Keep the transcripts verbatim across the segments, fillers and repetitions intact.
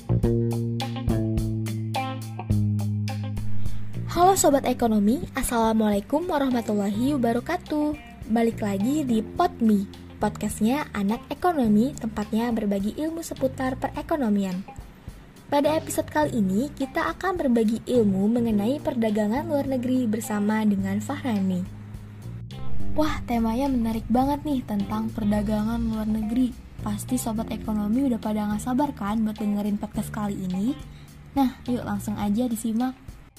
Halo Sobat Ekonomi, Assalamualaikum warahmatullahi wabarakatuh. Balik lagi di PodMe, podcastnya anak ekonomi, tempatnya berbagi ilmu seputar perekonomian. Pada episode kali ini, kita akan berbagi ilmu mengenai perdagangan luar negeri bersama dengan Fahrani. Wah, temanya menarik banget nih tentang perdagangan luar negeri. Pasti Sobat Ekonomi udah pada gak sabar kan buat dengerin podcast kali ini? Nah, yuk langsung aja disimak.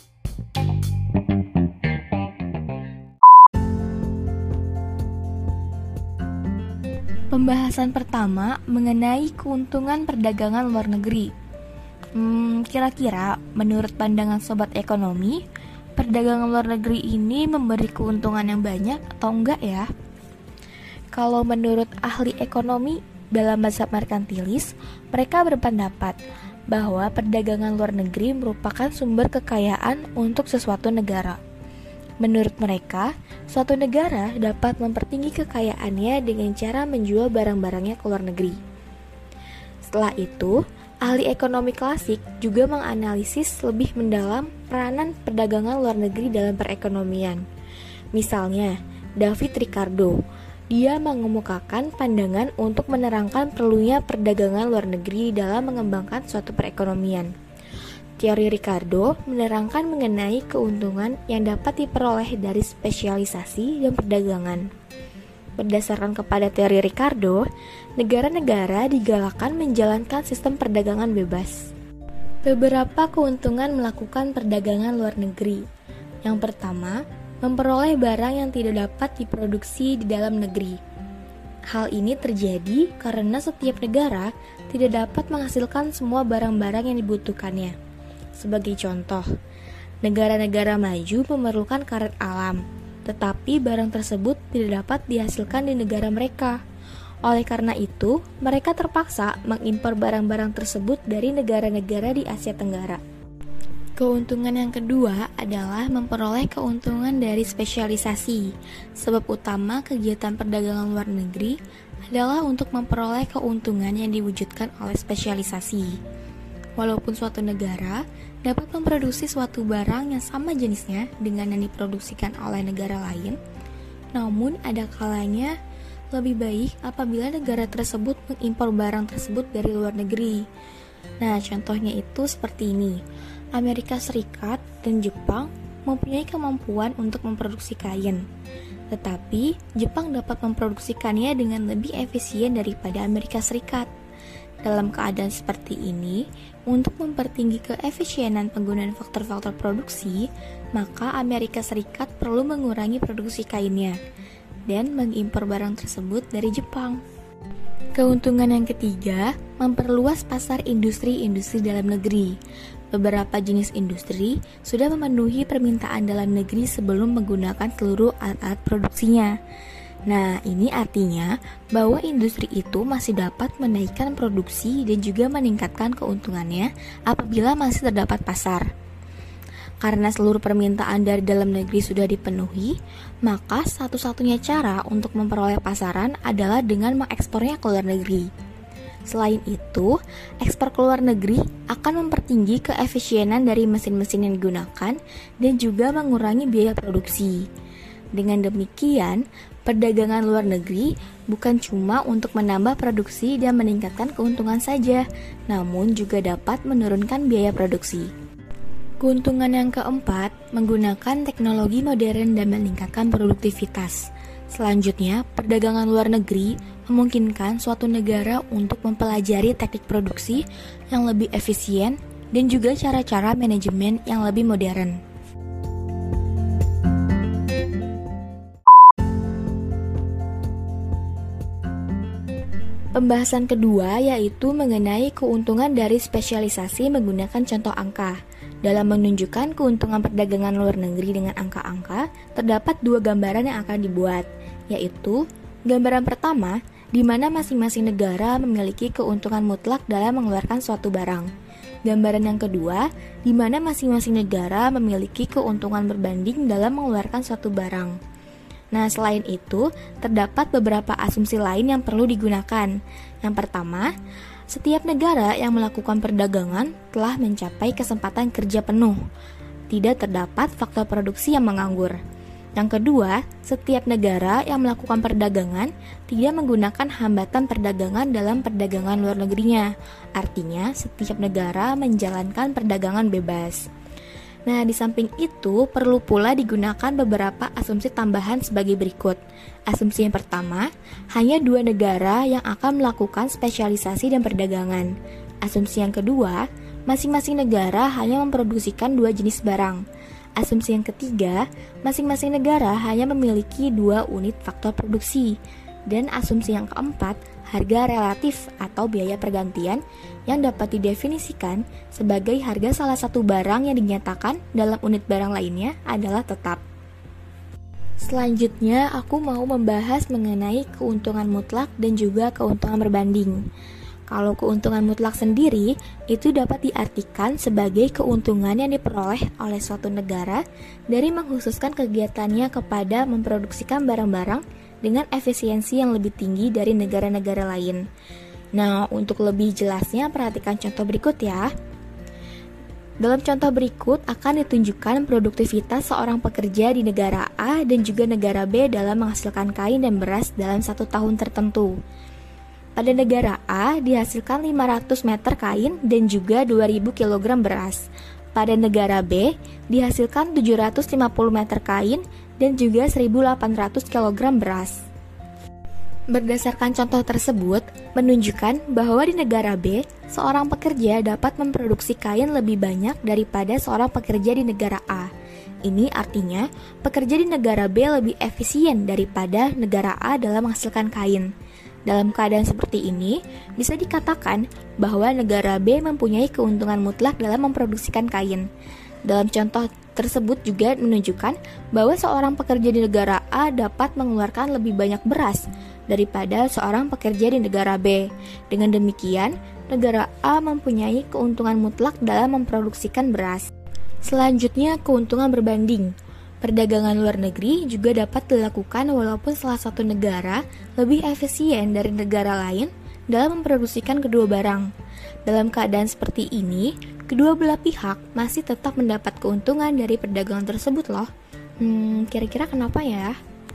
Pembahasan pertama mengenai keuntungan perdagangan luar negeri. Hmm, kira-kira menurut pandangan Sobat Ekonomi, perdagangan luar negeri ini memberi keuntungan yang banyak atau enggak ya? Kalau menurut ahli ekonomi dalam mazhab merkantilis, mereka berpendapat bahwa perdagangan luar negeri merupakan sumber kekayaan untuk sesuatu negara. Menurut mereka, suatu negara dapat mempertinggi kekayaannya dengan cara menjual barang-barangnya ke luar negeri. Setelah itu, ahli ekonomi klasik juga menganalisis lebih mendalam peranan perdagangan luar negeri dalam perekonomian. Misalnya, David Ricardo, dia mengemukakan pandangan untuk menerangkan perlunya perdagangan luar negeri dalam mengembangkan suatu perekonomian. Teori Ricardo menerangkan mengenai keuntungan yang dapat diperoleh dari spesialisasi dan perdagangan. Berdasarkan kepada teori Ricardo, negara-negara digalakkan menjalankan sistem perdagangan bebas. Beberapa keuntungan melakukan perdagangan luar negeri. Yang pertama, memperoleh barang yang tidak dapat diproduksi di dalam negeri. Hal ini terjadi karena setiap negara tidak dapat menghasilkan semua barang-barang yang dibutuhkannya. Sebagai contoh, negara-negara maju memerlukan karet alam, tetapi barang tersebut tidak dapat dihasilkan di negara mereka. Oleh karena itu, mereka terpaksa mengimpor barang-barang tersebut dari negara-negara di Asia Tenggara. Keuntungan yang kedua adalah memperoleh keuntungan dari spesialisasi. Sebab utama kegiatan perdagangan luar negeri adalah untuk memperoleh keuntungan yang diwujudkan oleh spesialisasi. Walaupun suatu negara dapat memproduksi suatu barang yang sama jenisnya dengan yang diproduksikan oleh negara lain, namun ada kalanya lebih baik apabila negara tersebut mengimpor barang tersebut dari luar negeri. Nah, contohnya itu seperti ini. Amerika Serikat dan Jepang mempunyai kemampuan untuk memproduksi kain, tetapi Jepang dapat memproduksikannya dengan lebih efisien daripada Amerika Serikat. Dalam keadaan seperti ini, untuk mempertinggi keefisienan penggunaan faktor-faktor produksi, maka Amerika Serikat perlu mengurangi produksi kainnya dan mengimpor barang tersebut dari Jepang. Keuntungan yang ketiga, memperluas pasar industri-industri dalam negeri. Beberapa jenis industri sudah memenuhi permintaan dalam negeri sebelum menggunakan seluruh alat-alat produksinya. Nah, ini artinya bahwa industri itu masih dapat menaikkan produksi dan juga meningkatkan keuntungannya apabila masih terdapat pasar. Karena seluruh permintaan dari dalam negeri sudah dipenuhi, maka satu-satunya cara untuk memperoleh pasaran adalah dengan mengekspornya ke luar negeri. Selain itu, ekspor ke luar negeri akan mempertinggi keefisienan dari mesin-mesin yang digunakan dan juga mengurangi biaya produksi. Dengan demikian, perdagangan luar negeri bukan cuma untuk menambah produksi dan meningkatkan keuntungan saja, namun juga dapat menurunkan biaya produksi. Keuntungan yang keempat, menggunakan teknologi modern dan meningkatkan produktivitas. Selanjutnya, perdagangan luar negeri memungkinkan suatu negara untuk mempelajari teknik produksi yang lebih efisien dan juga cara-cara manajemen yang lebih modern. Pembahasan kedua yaitu mengenai keuntungan dari spesialisasi menggunakan contoh angka. Dalam menunjukkan keuntungan perdagangan luar negeri dengan angka-angka, terdapat dua gambaran yang akan dibuat, yaitu gambaran pertama, di mana masing-masing negara memiliki keuntungan mutlak dalam mengeluarkan suatu barang. Gambaran yang kedua, di mana masing-masing negara memiliki keuntungan berbanding dalam mengeluarkan suatu barang. Nah, selain itu, terdapat beberapa asumsi lain yang perlu digunakan. Yang pertama, Setiap negara yang melakukan perdagangan telah mencapai kesempatan kerja penuh. Tidak terdapat faktor produksi yang menganggur. Yang kedua, setiap negara yang melakukan perdagangan tidak menggunakan hambatan perdagangan dalam perdagangan luar negerinya. Artinya, setiap negara menjalankan perdagangan bebas. Nah, di samping itu, perlu pula digunakan beberapa asumsi tambahan sebagai berikut. Asumsi yang pertama, hanya dua negara yang akan melakukan spesialisasi dan perdagangan. Asumsi yang kedua, masing-masing negara hanya memproduksikan dua jenis barang. Asumsi yang ketiga, masing-masing negara hanya memiliki dua unit faktor produksi. Dan asumsi yang keempat, harga relatif atau biaya pergantian yang dapat didefinisikan sebagai harga salah satu barang yang dinyatakan dalam unit barang lainnya adalah tetap. Selanjutnya, aku mau membahas mengenai keuntungan mutlak dan juga keuntungan berbanding. Kalau keuntungan mutlak sendiri, itu dapat diartikan sebagai keuntungan yang diperoleh oleh suatu negara dari mengkhususkan kegiatannya kepada memproduksikan barang-barang dengan efisiensi yang lebih tinggi dari negara-negara lain. Nah, untuk lebih jelasnya, perhatikan contoh berikut ya. Dalam contoh berikut akan ditunjukkan produktivitas seorang pekerja di negara A dan juga negara B dalam menghasilkan kain dan beras dalam satu tahun tertentu. Pada negara A dihasilkan lima ratus meter kain dan juga dua ribu kilogram beras. Pada negara B dihasilkan tujuh ratus lima puluh meter kain dan juga seribu delapan ratus kilogram beras. Berdasarkan contoh tersebut, menunjukkan bahwa di negara B, seorang pekerja dapat memproduksi kain lebih banyak daripada seorang pekerja di negara A. Ini artinya, pekerja di negara B lebih efisien daripada negara A dalam menghasilkan kain. Dalam keadaan seperti ini, bisa dikatakan bahwa negara B mempunyai keuntungan mutlak dalam memproduksikan kain. Dalam contoh tersebut juga menunjukkan bahwa seorang pekerja di negara A dapat mengeluarkan lebih banyak beras daripada seorang pekerja di negara B. Dengan demikian, negara A mempunyai keuntungan mutlak dalam memproduksikan beras. Selanjutnya, keuntungan berbanding. Perdagangan luar negeri juga dapat dilakukan walaupun salah satu negara lebih efisien dari negara lain dalam memproduksikan kedua barang. Dalam keadaan seperti ini, kedua belah pihak masih tetap mendapat keuntungan dari perdagangan tersebut loh. Hmm, kira-kira kenapa ya?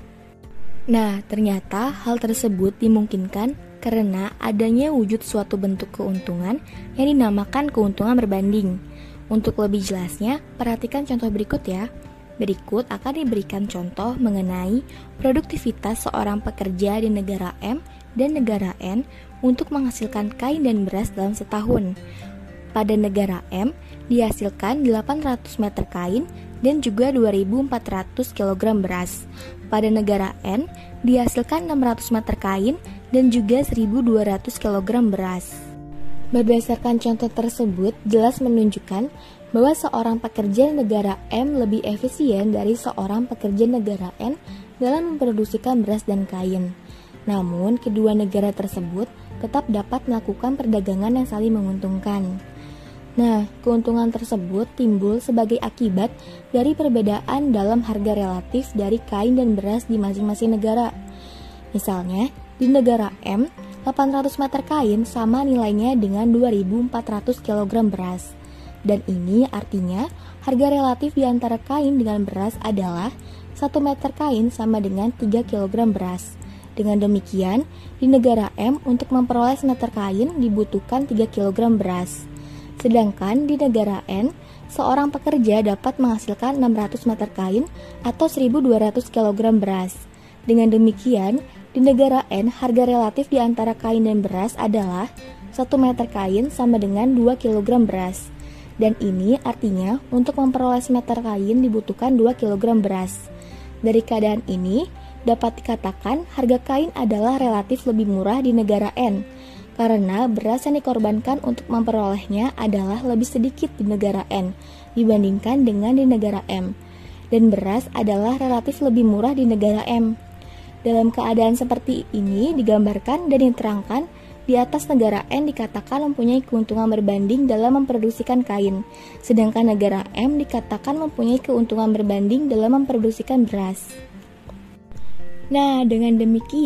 Nah, ternyata hal tersebut dimungkinkan karena adanya wujud suatu bentuk keuntungan yang dinamakan keuntungan berbanding. Untuk lebih jelasnya, perhatikan contoh berikut ya. Berikut akan diberikan contoh mengenai produktivitas seorang pekerja di negara M dan negara N untuk menghasilkan kain dan beras dalam setahun. Pada negara M, dihasilkan delapan ratus meter kain dan juga dua ribu empat ratus kilogram beras. Pada negara N, dihasilkan enam ratus meter kain dan juga seribu dua ratus kilogram beras. Berdasarkan contoh tersebut, jelas menunjukkan bahwa seorang pekerja negara M lebih efisien dari seorang pekerja negara N dalam memproduksikan beras dan kain. Namun, kedua negara tersebut tetap dapat melakukan perdagangan yang saling menguntungkan. Nah, keuntungan tersebut timbul sebagai akibat dari perbedaan dalam harga relatif dari kain dan beras di masing-masing negara. Misalnya, di negara M, delapan ratus meter kain sama nilainya dengan dua ribu empat ratus kilogram beras. Dan ini artinya harga relatif di antara kain dengan beras adalah satu meter kain sama dengan tiga kilogram beras. Dengan demikian, di negara M untuk memperoleh semeter kain dibutuhkan tiga kilogram beras. Sedangkan di negara N, seorang pekerja dapat menghasilkan enam ratus meter kain atau seribu dua ratus kilogram beras. Dengan demikian, di negara N harga relatif di antara kain dan beras adalah satu meter kain sama dengan dua kilogram beras. Dan ini artinya untuk memperoleh semeter kain dibutuhkan dua kilogram beras. Dari keadaan ini, dapat dikatakan harga kain adalah relatif lebih murah di negara N, karena beras yang dikorbankan untuk memperolehnya adalah lebih sedikit di negara N dibandingkan dengan di negara M. Dan beras adalah relatif lebih murah di negara M. Dalam keadaan seperti ini digambarkan dan diterangkan di atas negara N dikatakan mempunyai keuntungan berbanding dalam memproduksikan kain, sedangkan negara M dikatakan mempunyai keuntungan berbanding dalam memproduksikan beras. Nah, dengan demikian,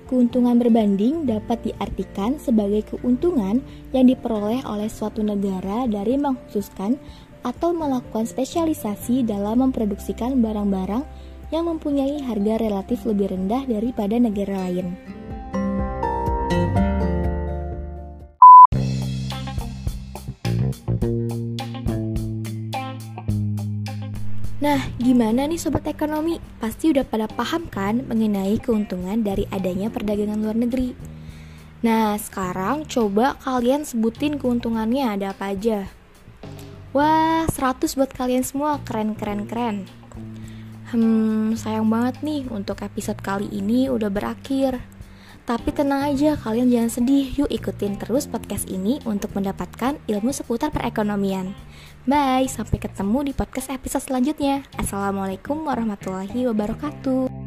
Keuntungan berbanding dapat diartikan sebagai keuntungan yang diperoleh oleh suatu negara dari mengkhususkan atau melakukan spesialisasi dalam memproduksikan barang-barang yang mempunyai harga relatif lebih rendah daripada negara lain. Nah, gimana nih Sobat Ekonomi? Pasti udah pada paham kan mengenai keuntungan dari adanya perdagangan luar negeri? Nah, sekarang coba kalian sebutin keuntungannya ada apa aja. Wah, seratus buat kalian semua, keren keren keren. Hmm, sayang banget nih untuk episode kali ini udah berakhir. Tapi tenang aja, kalian jangan sedih. Yuk ikutin terus podcast ini untuk mendapatkan ilmu seputar perekonomian. Bye, sampai ketemu di podcast episode selanjutnya. Assalamualaikum warahmatullahi wabarakatuh.